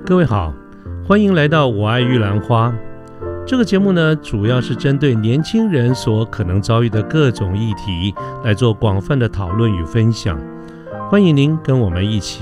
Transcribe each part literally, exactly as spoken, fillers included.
各位好，欢迎来到我爱玉兰花。这个节目呢，主要是针对年轻人所可能遭遇的各种议题来做广泛的讨论与分享。欢迎您跟我们一起。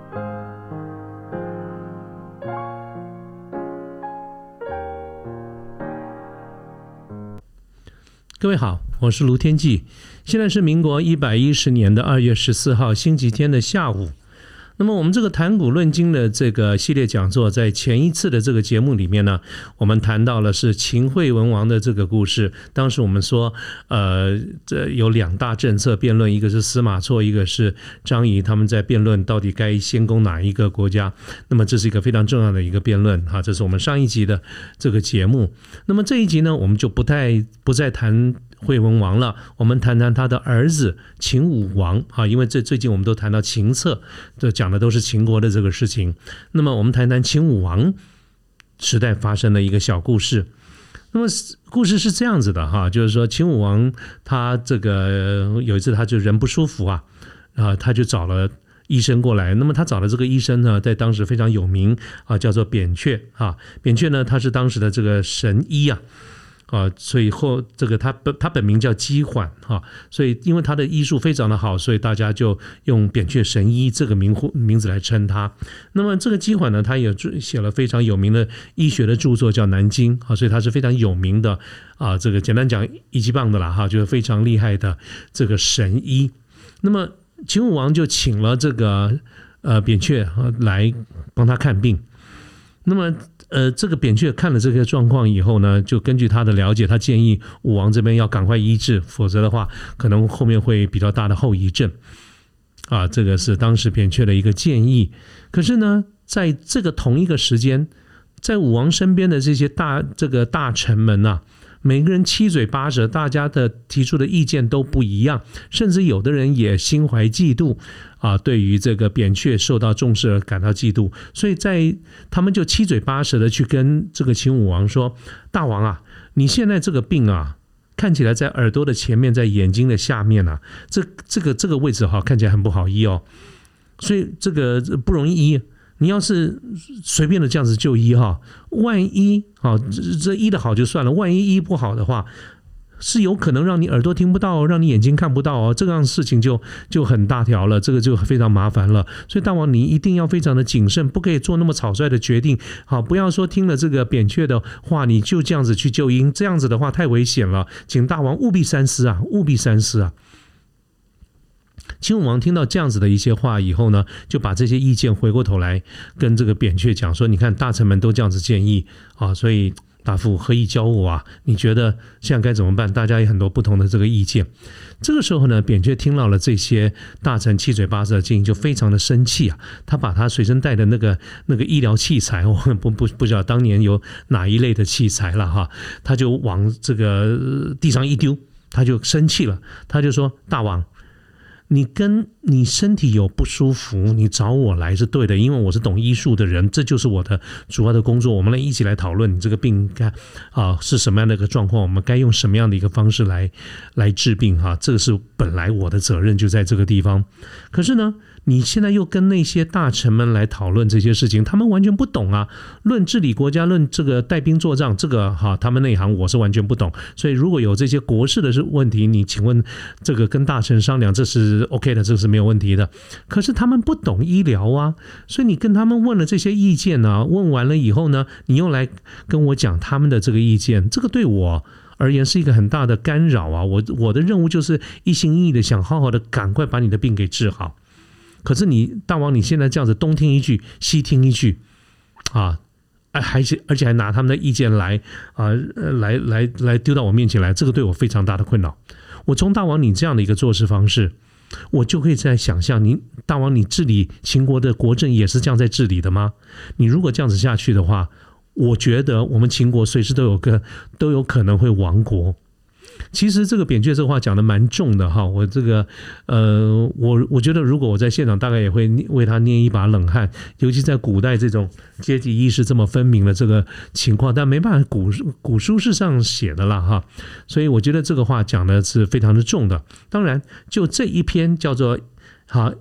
各位好，我是卢天记。现在是民国一百一十年的二月十四号星期天的下午。那么我们这个谈古论今的这个系列讲座，在前一次的这个节目里面呢，我们谈到了是秦惠文王的这个故事。当时我们说，呃，这有两大政策辩论，一个是司马错，一个是张仪，他们在辩论到底该先攻哪一个国家。那么这是一个非常重要的一个辩论哈，这是我们上一集的这个节目。那么这一集呢，我们就不太不再谈惠文王了，我们谈谈他的儿子秦武王啊，因为这最近我们都谈到秦策，这讲的都是秦国的这个事情。那么我们谈谈秦武王时代发生的一个小故事。那么故事是这样子的哈，就是说秦武王他这个有一次他就人不舒服啊，啊他就找了医生过来。那么他找的这个医生呢，在当时非常有名啊，叫做扁鹊啊。扁鹊呢，他是当时的这个神医啊。啊，所以后这个他本他本名叫姬缓哈，所以因为他的医术非常的好，所以大家就用扁鹊神医这个名名字来称他。那么这个姬缓呢，他也写了非常有名的医学的著作叫《南经》啊，所以他是非常有名的啊，这个简单讲一级棒的啦哈，就是非常厉害的这个神医。那么秦武王就请了这个呃扁鹊来帮他看病。那么呃，这个扁鹊看了这个状况以后呢，就根据他的了解，他建议武王这边要赶快医治，否则的话，可能后面会比较大的后遗症。啊，这个是当时扁鹊的一个建议。可是呢，在这个同一个时间，在武王身边的这些大这个大臣们啊，每个人七嘴八舌，大家的提出的意见都不一样，甚至有的人也心怀嫉妒啊，对于这个扁鹊受到重视而感到嫉妒，所以在他们就七嘴八舌的去跟这个秦武王说：“大王啊，你现在这个病啊，看起来在耳朵的前面，在眼睛的下面啊，这这个这个位置哈，看起来很不好医哦，所以这个不容易医。你要是随便的这样子就医哈，万一啊这医的好就算了，万一医不好的话，是有可能让你耳朵听不到，让你眼睛看不到哦，这样事情就就很大条了，这个就非常麻烦了。所以大王你一定要非常的谨慎，不可以做那么草率的决定。好，不要说听了这个扁鹊的话，你就这样子去就医，这样子的话太危险了，请大王务必三思啊，务必三思啊。”秦武王听到这样子的一些话以后呢，就把这些意见回过头来跟这个扁鹊讲说：“你看大臣们都这样子建议啊，所以大夫何以教我啊？你觉得现在该怎么办？大家有很多不同的这个意见。”这个时候呢，扁鹊听到了这些大臣七嘴八舌的建议，就非常的生气啊。他把他随身带的那个那个医疗器材，我不不不知道当年有哪一类的器材了哈，他就往这个地上一丢，他就生气了，他就说：“大王，你跟你身体有不舒服，你找我来是对的，因为我是懂医术的人，这就是我的主要的工作。我们来一起来讨论你这个病该啊是什么样的一个状况，我们该用什么样的一个方式来来治病哈，这个是本来我的责任就在这个地方。可是呢，你现在又跟那些大臣们来讨论这些事情，他们完全不懂啊。论治理国家，论这个带兵作战，这个哈他们那一行我是完全不懂。所以如果有这些国事的问题，你请问这个跟大臣商量，这是 OK 的，这是没有问题的。可是他们不懂医疗啊，所以你跟他们问了这些意见啊，问完了以后呢，你又来跟我讲他们的这个意见，这个对我而言是一个很大的干扰啊。我我的任务就是一心一意的想好好的赶快把你的病给治好。可是你大王你现在这样子东听一句西听一句啊，还是而且还拿他们的意见来啊来来来丢到我面前来，这个对我非常大的困扰。我从大王你这样的一个做事方式，我就可以在想象，你大王你治理秦国的国政也是这样在治理的吗？你如果这样子下去的话，我觉得我们秦国随时都有个都有可能会亡国。其实这个扁鹊这个话讲的蛮重的哈，我这个呃，我我觉得如果我在现场，大概也会为他捏一把冷汗，尤其在古代这种阶级意识这么分明的这个情况，但没办法，古古书是上写的啦哈，所以我觉得这个话讲的是非常的重的。当然，就这一篇叫做好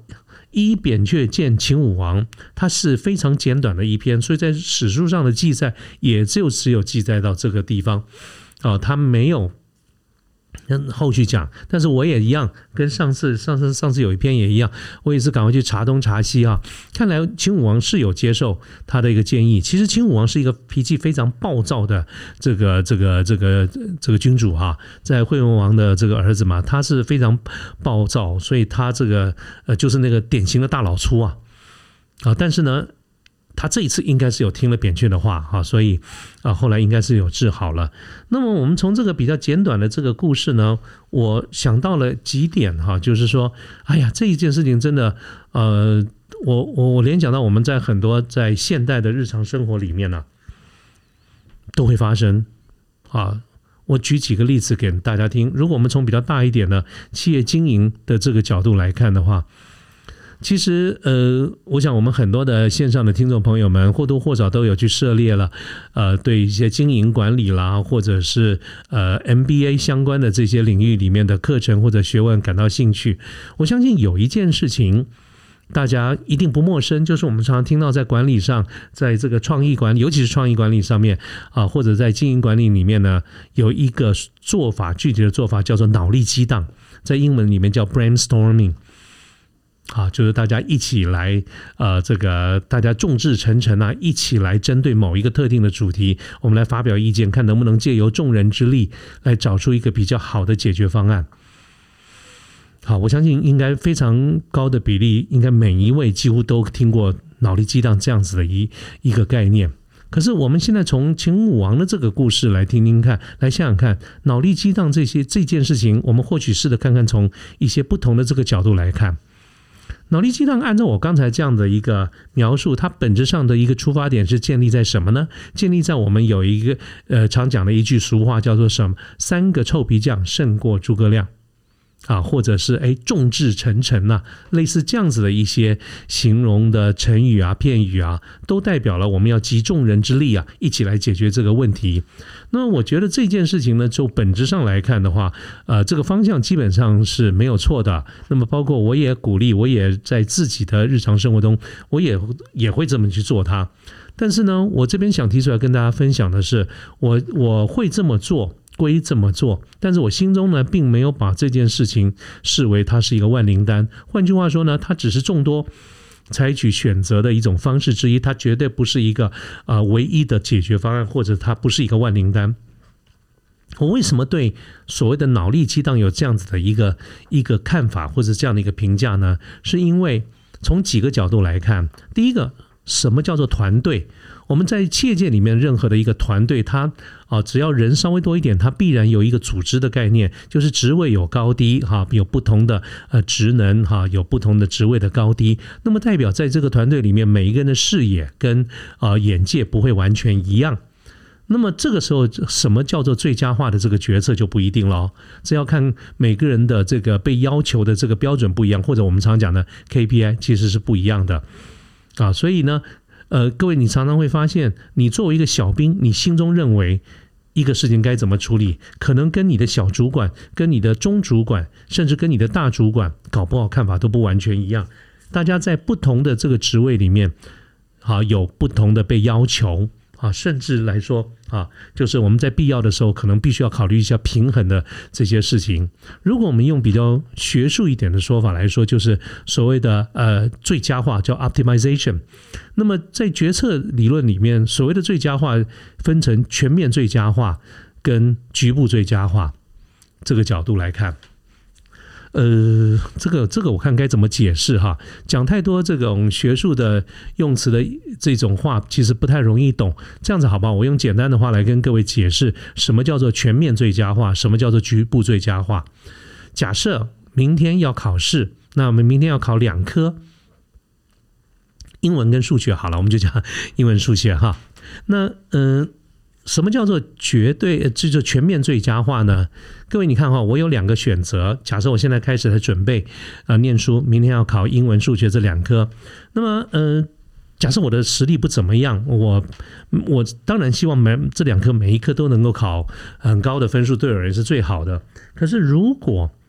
依扁鹊见秦武王，它是非常简短的一篇，所以在史书上的记载也就只有记载到这个地方，哦，它没有后续讲。但是我也一样，跟上次上次上次有一篇也一样，我也是赶快去查东查西啊。看来秦武王是有接受他的一个建议。其实秦武王是一个脾气非常暴躁的这个这个这个这个君主哈、啊，在惠文王的这个儿子嘛，他是非常暴躁，所以他这个呃就是那个典型的大老粗啊啊，但是呢。他这一次应该是有听了扁鹊的话哈，所以啊后来应该是有治好了。那么我们从这个比较简短的这个故事呢，我想到了几点哈，就是说，哎呀，这一件事情真的，呃，我我我联想到我们在很多在现代的日常生活里面呢、啊，都会发生啊。我举几个例子给大家听。如果我们从比较大一点的企业经营的这个角度来看的话。其实，呃，我想我们很多的线上的听众朋友们或多或少都有去涉猎了，呃，对一些经营管理啦，或者是呃 M B A 相关的这些领域里面的课程或者学问感到兴趣。我相信有一件事情大家一定不陌生，就是我们常常听到在管理上，在这个创意管理，尤其是创意管理上面啊，或者在经营管理里面呢，有一个做法，具体的做法叫做脑力激荡，在英文里面叫 brainstorming。啊，就是大家一起来，呃，这个大家众志成城啊，一起来针对某一个特定的主题，我们来发表意见，看能不能借由众人之力来找出一个比较好的解决方案。好，我相信应该非常高的比例，应该每一位几乎都听过脑力激荡这样子的一一个概念。可是我们现在从秦武王的这个故事来听听看，来想想看，脑力激荡这些这件事情，我们或许试着看看从一些不同的这个角度来看。脑力激荡按照我刚才这样的一个描述，它本质上的一个出发点是建立在什么呢？建立在我们有一个呃常讲的一句俗话叫做什么？三个臭皮匠胜过诸葛亮。啊，或者是哎众志成城啊，类似这样子的一些形容的成语啊、片语啊，都代表了我们要集众人之力啊，一起来解决这个问题。那么我觉得这件事情呢，就本质上来看的话，呃，这个方向基本上是没有错的。那么包括我也鼓励，我也在自己的日常生活中，我也也会这么去做它。但是呢，我这边想提出来跟大家分享的是，我我会这么做。归这么做，但是我心中呢，并没有把这件事情视为它是一个万灵丹。换句话说呢，它只是众多采取选择的一种方式之一，它绝对不是一个呃唯一的解决方案，或者它不是一个万灵丹。我为什么对所谓的脑力激荡有这样子的一个一个看法，或者这样的一个评价呢？是因为从几个角度来看，第一个，什么叫做团队？我们在企业界里面任何的一个团队，它啊只要人稍微多一点，它必然有一个组织的概念，就是职位有高低哈，有不同的呃职能哈，有不同的职位的高低。那么代表在这个团队里面，每一个人的视野跟啊眼界不会完全一样。那么这个时候，什么叫做最佳化的这个决策就不一定了，这要看每个人的这个被要求的这个标准不一样，或者我们常讲的 K P I 其实是不一样的啊，所以呢。呃，各位，你常常会发现，你作为一个小兵，你心中认为一个事情该怎么处理，可能跟你的小主管、跟你的中主管，甚至跟你的大主管，搞不好看法都不完全一样。大家在不同的这个职位里面，啊，有不同的被要求。啊，甚至来说啊，就是我们在必要的时候，可能必须要考虑一下平衡的这些事情。如果我们用比较学术一点的说法来说，就是所谓的呃最佳化，叫 optimization。那么在决策理论里面，所谓的最佳化分成全面最佳化跟局部最佳化这个角度来看。呃，这个这个我看该怎么解释哈？讲太多这种学术的用词的这种话，其实不太容易懂。这样子好不好？我用简单的话来跟各位解释，什么叫做全面最佳化，什么叫做局部最佳化。假设明天要考试，那我们明天要考两科，英文跟数学好了，我们就讲英文数学哈。那嗯。呃什么叫做绝对这就全面最佳化呢？各位你看哈，我有两个选择。假设我现在开始来准备呃念书，明天要考英文、数学这两科。那么呃，假设我的实力不怎么样，我我当然希望每这两科每一科都能够考很高的分数，对我而言是最好的。可是如果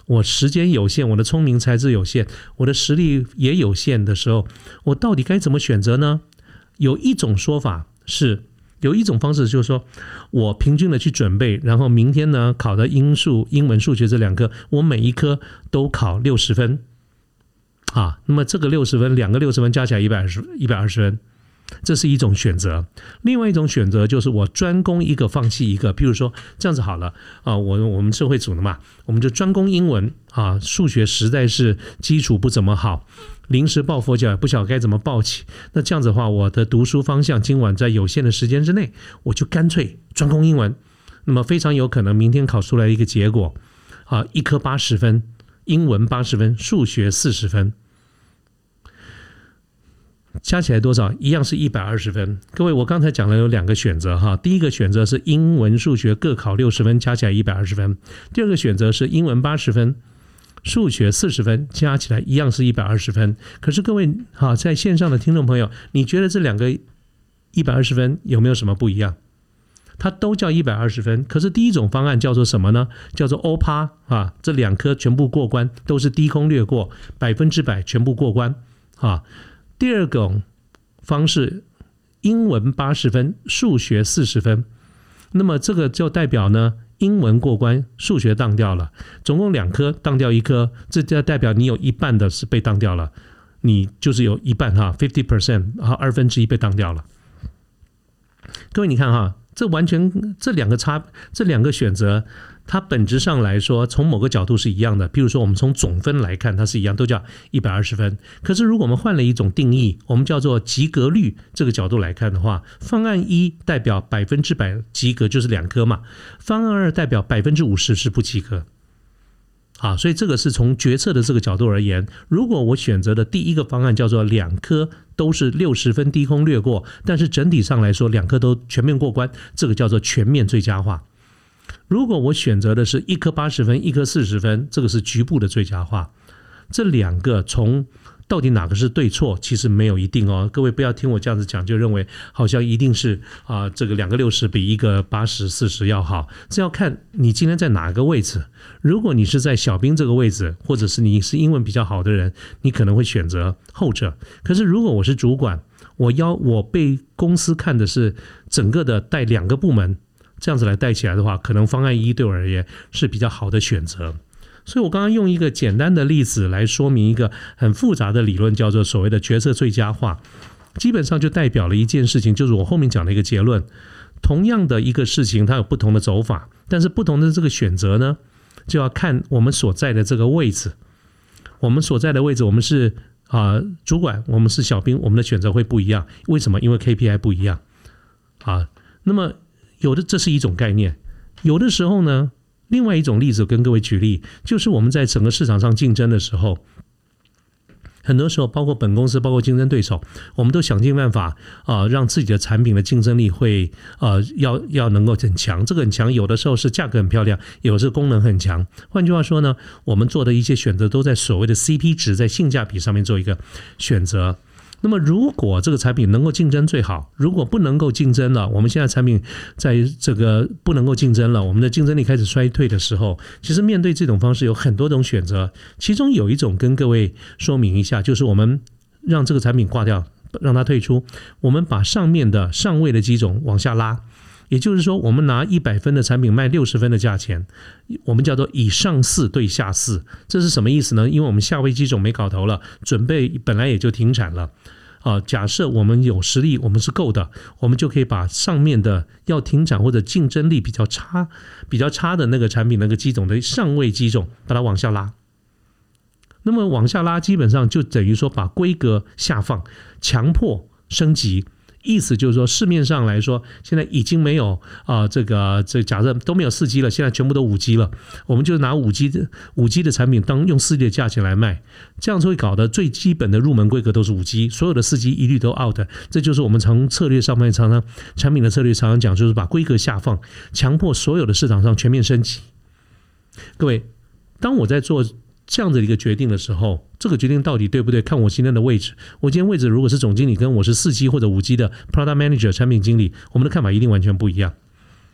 我时间有限，我的聪明才智有限，我的实力也有限的时候，我到底该怎么选择呢？有一种说法是，有一种方式就是说，我平均的去准备，然后明天呢考的英数、英文、数学这两科，我每一科都考六十分，啊，那么这个六十分，两个六十分加起来一百二十一百二十分。这是一种选择。另外一种选择就是我专攻一个放弃一个，譬如说这样子好了啊，我我们社会组的嘛，我们就专攻英文啊，数学实在是基础不怎么好，临时抱佛脚也不晓得该怎么抱起。那这样子的话，我的读书方向今晚在有限的时间之内，我就干脆专攻英文。那么非常有可能明天考出来一个结果啊，一科八十分，英文八十分，数学四十分。加起来多少？一样是一百二十分。各位，我刚才讲了有两个选择哈。第一个选择是英文、数学各考六十分，加起来一百二十分。第二个选择是英文八十分，数学四十分，加起来一样是一百二十分。可是各位哈，在线上的听众朋友，你觉得这两个一百二十分有没有什么不一样？它都叫一百二十分，可是第一种方案叫做什么呢？叫做欧趴啊，这两科全部过关，都是低空掠过，百分之百全部过关啊。第二种方式，英文八十分，数学四十分，那么这个就代表呢，英文过关，数学当掉了，总共两科当掉一科，这就代表你有一半的是被当掉了，你就是有一半哈 百分之五十， 然后二分之一被当掉了。各位你看哈，这完全这两个差，这两个选择，它本质上来说，从某个角度是一样的。比如说，我们从总分来看，它是一样，都叫一百二十分。可是，如果我们换了一种定义，我们叫做及格率这个角度来看的话，方案一代表百分之百及格，就是两科嘛；方案二代表百分之五十是不及格。啊，所以这个是从决策的这个角度而言，如果我选择的第一个方案叫做两科都是六十分低空掠过，但是整体上来说两科都全面过关，这个叫做全面最佳化。如果我选择的是一科八十分，一科四十分，这个是局部的最佳化。这两个从到底哪个是对错，其实没有一定哦。各位不要听我这样子讲，就认为好像一定是啊、呃，这个两个六十比一个八十、四十要好。这要看你今天在哪个位置。如果你是在小兵这个位置，或者是你是英文比较好的人，你可能会选择后者。可是如果我是主管，我要我被公司看的是整个的带两个部门，这样子来带起来的话，可能方案一对我而言是比较好的选择。所以我刚刚用一个简单的例子来说明一个很复杂的理论，叫做所谓的决策最佳化，基本上就代表了一件事情，就是我后面讲的一个结论。同样的一个事情，它有不同的走法，但是不同的这个选择呢，就要看我们所在的这个位置。我们所在的位置，我们是啊、呃、主管，我们是小兵，我们的选择会不一样。为什么？因为 K P I 不一样啊。那么有的这是一种概念，有的时候呢。另外一种例子跟各位举例，就是我们在整个市场上竞争的时候，很多时候包括本公司包括竞争对手，我们都想尽办法啊、呃，让自己的产品的竞争力会呃要要能够很强。这个很强有的时候是价格很漂亮，有的是功能很强。换句话说呢，我们做的一些选择都在所谓的 C P 值，在性价比上面做一个选择。那么如果这个产品能够竞争最好，如果不能够竞争了，我们现在产品在这个不能够竞争了，我们的竞争力开始衰退的时候，其实面对这种方式有很多种选择，其中有一种跟各位说明一下，就是我们让这个产品挂掉，让它退出，我们把上面的上位的机种往下拉。也就是说，我们拿一百分的产品卖六十分的价钱，我们叫做以上四对下四。这是什么意思呢？因为我们下位机种没搞头了，准备本来也就停产了。啊，假设我们有实力，我们是够的，我们就可以把上面的要停产或者竞争力比较差、比较差的那个产品那个机种的上位机种，把它往下拉。那么往下拉，基本上就等于说把规格下放，强迫升级。意思就是说，市面上来说，现在已经没有啊、呃，这个这假设都没有四 G 了，现在全部都五 G 了，我们就拿五 G 的五 G 的产品当用四 G 的价钱来卖，这样就会搞得最基本的入门规格都是五 G， 所有的四 G 一律都 out。这就是我们从策略上面常常产品的策略常常讲，就是把规格下放，强迫所有的市场上全面升级。各位，当我在做这样的一个决定的时候，这个决定到底对不对，看我今天的位置。我今天位置如果是总经理，跟我是四 G 或者五 G 的 Product Manager 产品经理，我们的看法一定完全不一样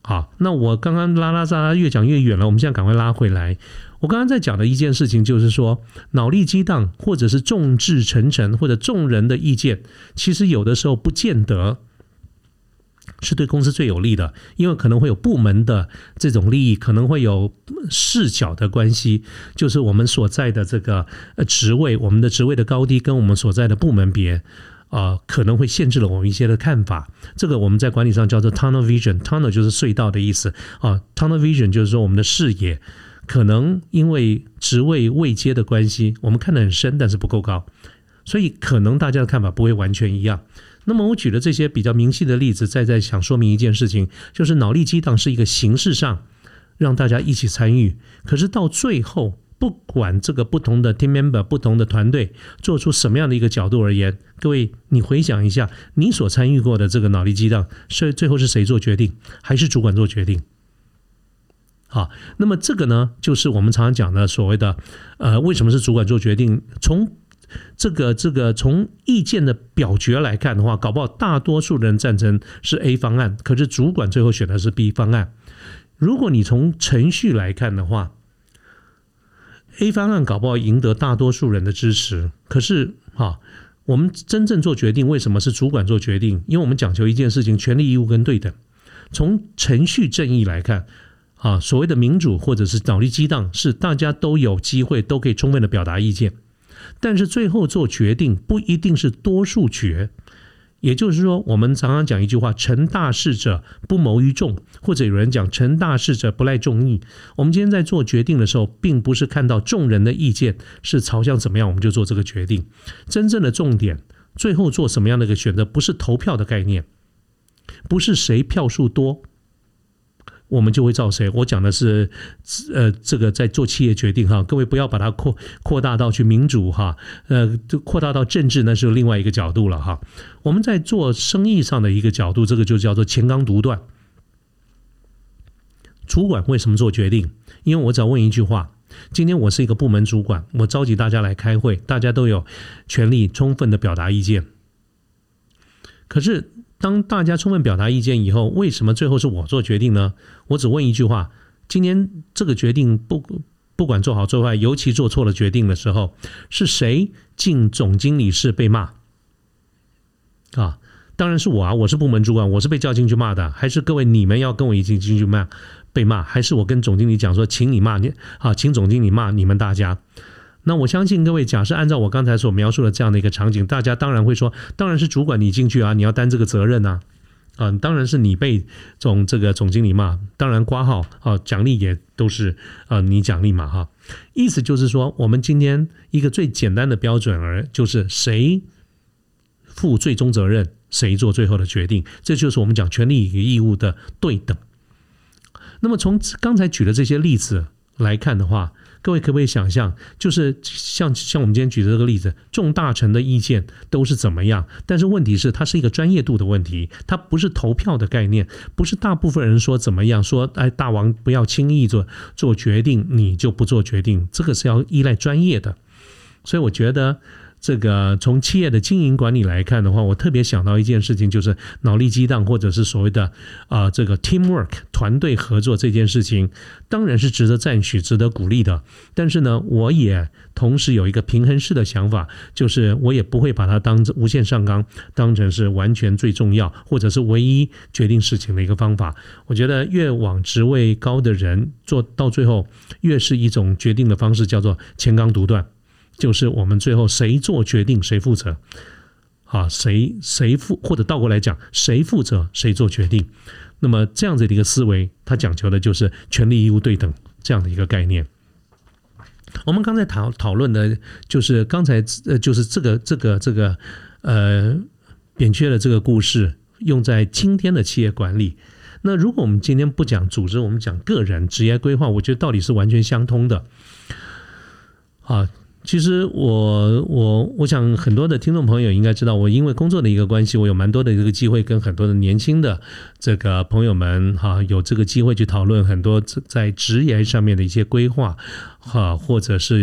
好，那我刚刚拉拉杂杂越讲越远了，我们现在赶快拉回来。我刚刚在讲的一件事情就是说，脑力激荡或者是众志成城或者众人的意见，其实有的时候不见得是对公司最有利的，因为可能会有部门的这种利益，可能会有视角的关系，就是我们所在的这个职位，我们的职位的高低跟我们所在的部门别呃，可能会限制了我们一些的看法。这个我们在管理上叫做 tunnel vision， tunnel 就是隧道的意思啊 ，tunnel vision 就是说我们的视野可能因为职位位阶的关系，我们看得很深，但是不够高，所以可能大家的看法不会完全一样。那么我举了这些比较明细的例子，再再想说明一件事情，就是脑力激荡是一个形式上让大家一起参与，可是到最后不管这个不同的 team member 不同的团队做出什么样的一个角度而言，各位你回想一下，你所参与过的这个脑力激荡是最后是谁做决定，还是主管做决定？好，那么这个呢，就是我们常常讲的所谓的呃，为什么是主管做决定？从这个这个从意见的表决来看的话，搞不好大多数人赞成是 A 方案，可是主管最后选的是 B 方案。如果你从程序来看的话， A 方案搞不好赢得大多数人的支持，可是哈，我们真正做决定，为什么是主管做决定？因为我们讲求一件事情，权利义务跟对等。从程序正义来看，啊，所谓的民主或者是脑力激荡，是大家都有机会，都可以充分的表达意见，但是最后做决定不一定是多数决。也就是说，我们常常讲一句话，成大事者不谋于众，或者有人讲成大事者不赖众议。我们今天在做决定的时候，并不是看到众人的意见是朝向怎么样，我们就做这个决定。真正的重点，最后做什么样的一个选择，不是投票的概念，不是谁票数多我们就会照谁。我讲的是呃，这个在做企业决定哈，各位不要把它扩扩大到去民主哈，呃，扩大到政治，那是另外一个角度了哈。我们在做生意上的一个角度，这个就叫做钱纲独断。主管为什么做决定？因为我只要问一句话，今天我是一个部门主管，我召集大家来开会，大家都有权利充分的表达意见。可是当大家充分表达意见以后，为什么最后是我做决定呢？我只问一句话，今天这个决定不不管做好做坏，尤其做错了决定的时候，是谁进总经理室被骂啊？当然是我啊，我是部门主管，我是被叫进去骂的，还是各位你们要跟我一起进去骂被骂，还是我跟总经理讲说，请你骂你啊，请总经理骂你们大家？那我相信各位，假设按照我刚才所描述的这样的一个场景，大家当然会说，当然是主管你进去啊，你要担这个责任啊，啊、呃，当然是你被总这个总经理骂，当然括号啊，奖励也都是呃你奖励嘛哈。意思就是说，我们今天一个最简单的标准而就是谁负最终责任，谁做最后的决定，这就是我们讲权利与义务的对等。那么从刚才举的这些例子来看的话，各位可不可以想象，就是像像我们今天举的这个例子，众大臣的意见都是怎么样？但是问题是，它是一个专业度的问题，它不是投票的概念，不是大部分人说怎么样，说哎大王不要轻易做做决定，你就不做决定，这个是要依赖专业的。所以我觉得，这个从企业的经营管理来看的话，我特别想到一件事情，就是脑力激荡或者是所谓的啊、呃、这个 teamwork 团队合作这件事情，当然是值得赞许、值得鼓励的。但是呢，我也同时有一个平衡式的想法，就是我也不会把它当无限上纲，当成是完全最重要或者是唯一决定事情的一个方法。我觉得越往职位高的人做到最后，越是一种决定的方式，叫做钱纲独断。就是我们最后谁做决定谁负责啊，谁谁负，或者倒过来讲，谁负责谁做决定。那么这样子的一个思维，它讲求的就是权利义务对等这样的一个概念。我们刚才讨讨论的就是刚才呃就是这个这个这个呃扁鹊的这个故事，用在今天的企业管理。那如果我们今天不讲组织，我们讲个人职业规划，我觉得道理是完全相通的啊。其实我我我想很多的听众朋友应该知道，我因为工作的一个关系，我有蛮多的这个机会跟很多的年轻的这个朋友们哈，有这个机会去讨论很多在职业上面的一些规划哈，或者是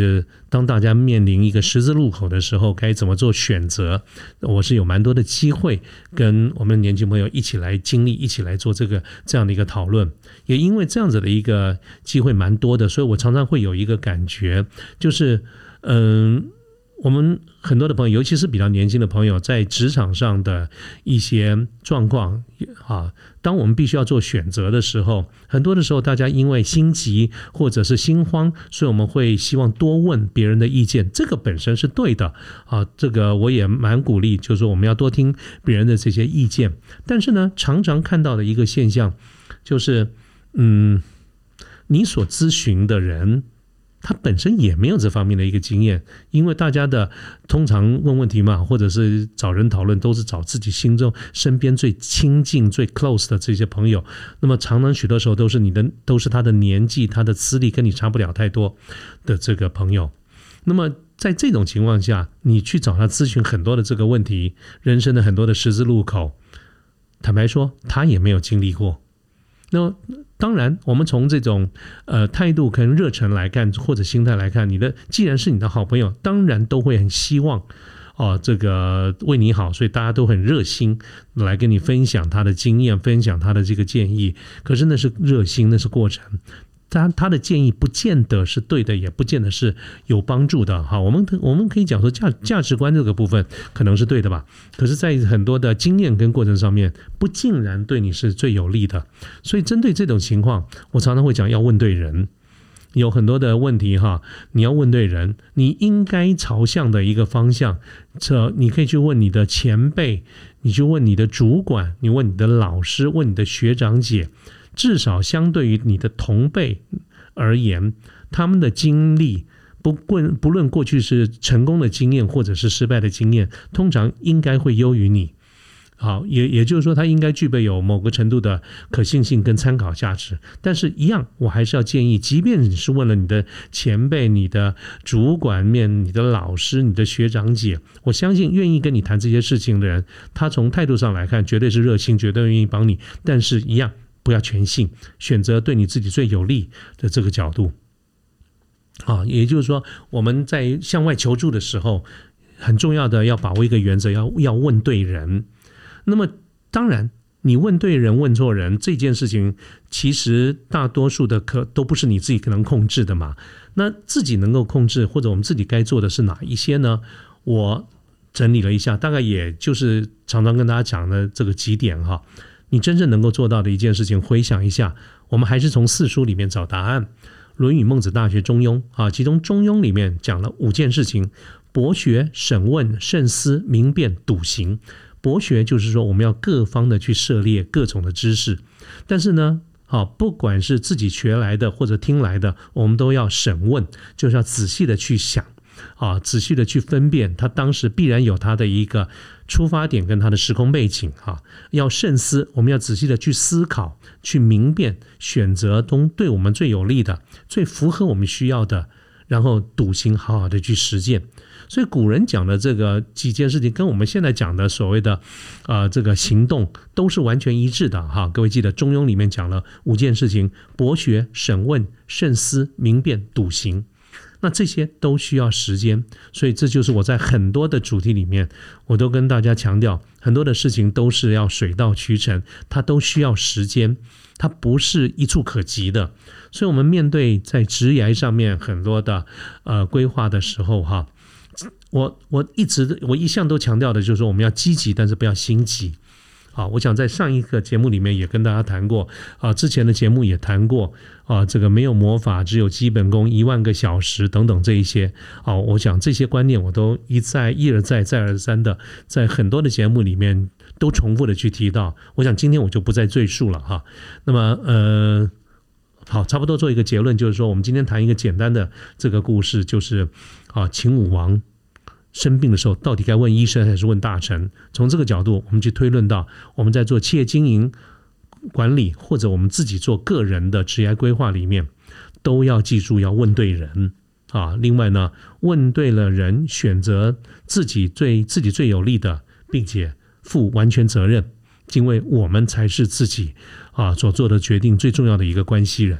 当大家面临一个十字路口的时候，该怎么做选择？我是有蛮多的机会跟我们的年轻朋友一起来经历，一起来做这个这样的一个讨论。也因为这样子的一个机会蛮多的，所以我常常会有一个感觉，就是嗯。我们很多的朋友，尤其是比较年轻的朋友，在职场上的一些状况啊，当我们必须要做选择的时候，很多的时候大家因为心急或者是心慌，所以我们会希望多问别人的意见，这个本身是对的啊，这个我也蛮鼓励，就是说我们要多听别人的这些意见。但是呢，常常看到的一个现象就是，嗯，你所咨询的人，他本身也没有这方面的一个经验，因为大家的通常问问题嘛，或者是找人讨论，都是找自己心中身边最亲近、最 close 的这些朋友。那么常常许多时候都是你的，都是他的年纪、他的资历跟你差不了太多的这个朋友。那么在这种情况下，你去找他咨询很多的这个问题，人生的很多的十字路口，坦白说，他也没有经历过。那当然，我们从这种呃态度跟热忱来看，或者心态来看，你的既然是你的好朋友，当然都会很希望哦、呃，这个为你好，所以大家都很热心来跟你分享他的经验，分享他的这个建议。可是那是热心，那是过程。他他的建议不见得是对的，也不见得是有帮助的哈。我们我们可以讲说价价值观这个部分可能是对的吧，可是在很多的经验跟过程上面，不尽然对你是最有利的。所以针对这种情况，我常常会讲要问对人。有很多的问题哈，你要问对人，你应该朝向的一个方向，这你可以去问你的前辈，你去问你的主管，你问你的老师，问你的学长姐。至少相对于你的同辈而言，他们的经历不论不论过去是成功的经验或者是失败的经验，通常应该会优于你。好，也也就是说，它应该具备有某个程度的可信性跟参考价值。但是，一样，我还是要建议，即便你是问了你的前辈、你的主管面、你的老师、你的学长姐，我相信愿意跟你谈这些事情的人，他从态度上来看，绝对是热心，绝对愿意帮你。但是，一样。不要全信，选择对你自己最有利的这个角度。啊，也就是说，我们在向外求助的时候，很重要的要把握一个原则，要要问对人。那么，当然，你问对人、问错人这件事情，其实大多数的可都不是你自己可能控制的嘛。那自己能够控制，或者我们自己该做的是哪一些呢？我整理了一下，大概也就是常常跟大家讲的这个几点哈。你真正能够做到的一件事情，回想一下，我们还是从四书里面找答案。论语、孟子、大学、中庸啊，其中中庸里面讲了五件事情：博学、审问、慎思、明辨、笃行。博学就是说我们要各方的去涉猎各种的知识，但是呢，啊，不管是自己学来的或者听来的，我们都要审问，就是要仔细的去想。啊，仔细的去分辨，他当时必然有他的一个出发点跟他的时空背景哈、啊，要慎思，我们要仔细的去思考，去明辨，选择中对我们最有利的、最符合我们需要的，然后笃行，好好的去实践。所以古人讲的这个几件事情，跟我们现在讲的所谓的呃这个行动都是完全一致的哈。各位记得《中庸》里面讲了五件事情：博学、审问、慎思、明辨、笃行。那这些都需要时间，所以这就是我在很多的主题里面，我都跟大家强调，很多的事情都是要水到渠成，它都需要时间，它不是一触可及的。所以我们面对在职涯上面很多的呃规划的时候哈，我我一直我一向都强调的就是说，我们要积极，但是不要心急。啊，我想在上一个节目里面也跟大家谈过啊，之前的节目也谈过啊，这个没有魔法，只有基本功，一万个小时等等这一些啊，我想这些观念我都一再一而再再而三的在很多的节目里面都重复的去提到，我想今天我就不再赘述了哈。那么呃，好，差不多做一个结论，就是说我们今天谈一个简单的这个故事，就是啊，秦武王生病的时候，到底该问医生还是问大臣？从这个角度，我们去推论到，我们在做企业经营管理，或者我们自己做个人的职业规划里面，都要记住要问对人啊。另外呢，问对了人，选择自己最自己最有利的，并且负完全责任，因为我们才是自己啊所做的决定最重要的一个关系人。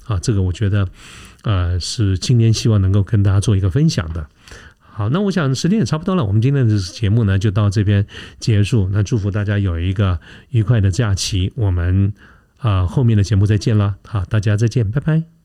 啊，这个我觉得呃是今天希望能够跟大家做一个分享的。好，那我想时间也差不多了，我们今天的节目呢就到这边结束。那祝福大家有一个愉快的假期，我们啊、呃、后面的节目再见了。好，大家再见，拜拜。